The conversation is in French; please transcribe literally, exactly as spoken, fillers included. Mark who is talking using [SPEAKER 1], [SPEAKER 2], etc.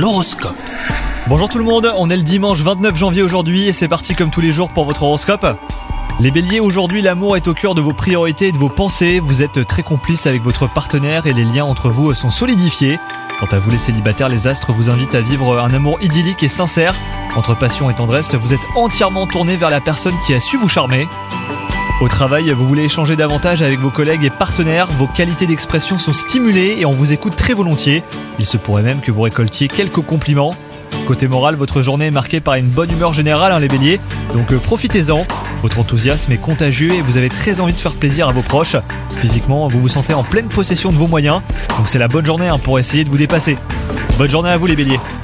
[SPEAKER 1] L'horoscope.
[SPEAKER 2] Bonjour tout le monde, on est le dimanche vingt-neuf janvier aujourd'hui et c'est parti comme tous les jours pour votre horoscope. Les béliers, aujourd'hui l'amour est au cœur de vos priorités et de vos pensées. Vous êtes très complices avec votre partenaire et les liens entre vous sont solidifiés. Quant à vous les célibataires, les astres vous invitent à vivre un amour idyllique et sincère. Entre passion et tendresse, vous êtes entièrement tourné vers la personne qui a su vous charmer. Au travail, vous voulez échanger davantage avec vos collègues et partenaires, vos qualités d'expression sont stimulées et on vous écoute très volontiers. Il se pourrait même que vous récoltiez quelques compliments. Côté moral, votre journée est marquée par une bonne humeur générale, hein, les béliers, donc euh, profitez-en. Votre enthousiasme est contagieux et vous avez très envie de faire plaisir à vos proches. Physiquement, vous vous sentez en pleine possession de vos moyens, donc c'est la bonne journée hein, pour essayer de vous dépasser. Bonne journée à vous les béliers.